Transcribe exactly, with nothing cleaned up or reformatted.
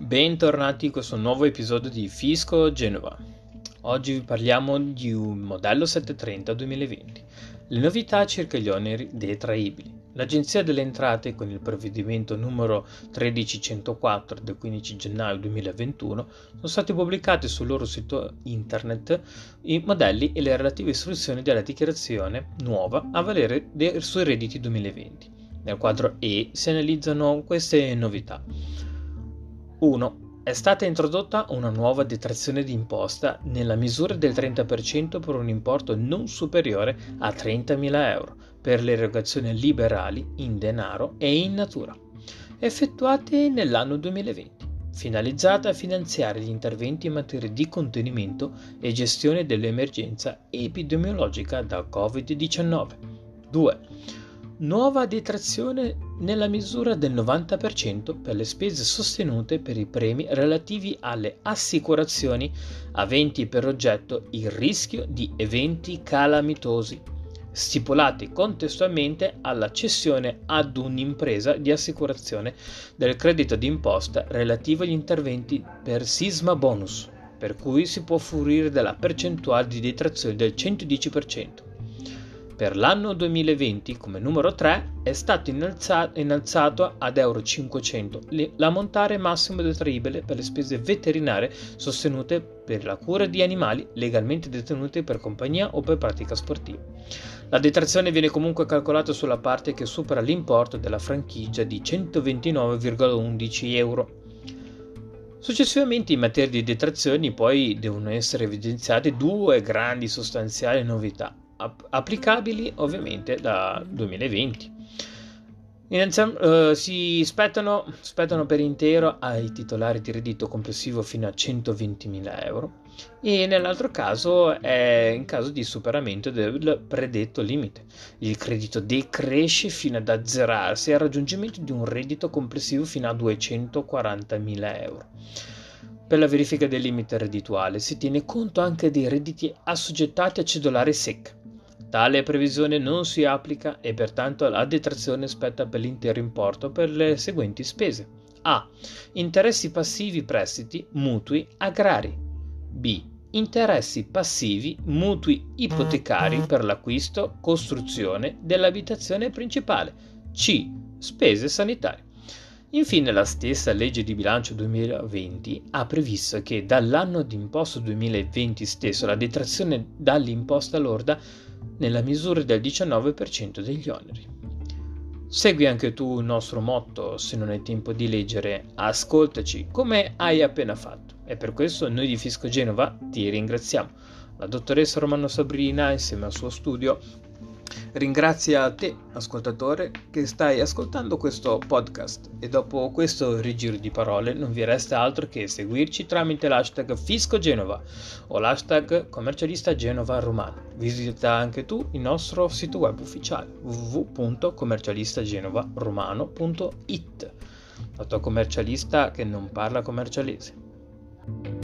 Bentornati in questo nuovo episodio di Fisco Genova. Oggi vi parliamo di un modello settecentotrenta duemilaventi. Le novità circa gli oneri detraibili. L'Agenzia delle Entrate, con il provvedimento numero tredicicentocquattro del quindici gennaio duemilaventuno, sono stati pubblicati sul loro sito internet i modelli e le relative istruzioni della dichiarazione nuova a valere de- sui redditi duemilaventi. Nel quadro E si analizzano queste novità. uno. È stata introdotta una nuova detrazione di imposta nella misura del trenta per cento per un importo non superiore a trentamila euro per le erogazioni liberali in denaro e in natura, effettuate nell'anno duemilaventi, finalizzata a finanziare gli interventi in materia di contenimento e gestione dell'emergenza epidemiologica da covid diciannove. due. Nuova detrazione nella misura del novanta per cento per le spese sostenute per i premi relativi alle assicurazioni aventi per oggetto il rischio di eventi calamitosi, stipulati contestualmente alla cessione ad un'impresa di assicurazione del credito d'imposta relativo agli interventi per sisma bonus, per cui si può fruire della percentuale di detrazione del centodieci per cento. Per l'anno duemilaventi, come numero tre, è stato innalzato, innalzato ad euro cinquecento l'ammontare massimo detraibile per le spese veterinarie sostenute per la cura di animali legalmente detenuti per compagnia o per pratica sportiva. La detrazione viene comunque calcolata sulla parte che supera l'importo della franchigia di centoventinove virgola undici euro. Successivamente, in materia di detrazioni, poi devono essere evidenziate due grandi sostanziali novità applicabili ovviamente da duemilaventi. Innanzitutto uh, si spettano, spettano per intero ai titolari di reddito complessivo fino a centoventimila euro e nell'altro caso è in caso di superamento del predetto limite. Il credito decresce fino ad azzerarsi al raggiungimento di un reddito complessivo fino a duecentoquarantamila euro. Per la verifica del limite reddituale si tiene conto anche dei redditi assoggettati a cedolare secca. Tale previsione non si applica e pertanto la detrazione spetta per l'intero importo per le seguenti spese: A. Interessi passivi prestiti mutui agrari. B. Interessi passivi mutui ipotecari per l'acquisto, costruzione dell'abitazione principale. C. Spese sanitarie. Infine, la stessa legge di bilancio duemilaventi ha previsto che dall'anno d'imposta duemilaventi stesso la detrazione dall'imposta lorda nella misura del diciannove per cento degli oneri. Segui anche tu il nostro motto: se non hai tempo di leggere, ascoltaci come hai appena fatto. E per questo noi di Fisco Genova ti ringraziamo. La dottoressa Romano Sabrina, insieme al suo studio, ringrazia te, ascoltatore, che stai ascoltando questo podcast, e dopo questo rigiro di parole non vi resta altro che seguirci tramite l'hashtag Fisco Genova o l'hashtag Commercialista Genova Romano. Visita anche tu il nostro sito web ufficiale w w w punto commercialistagenova romano punto it, la tua commercialista che non parla commercialese.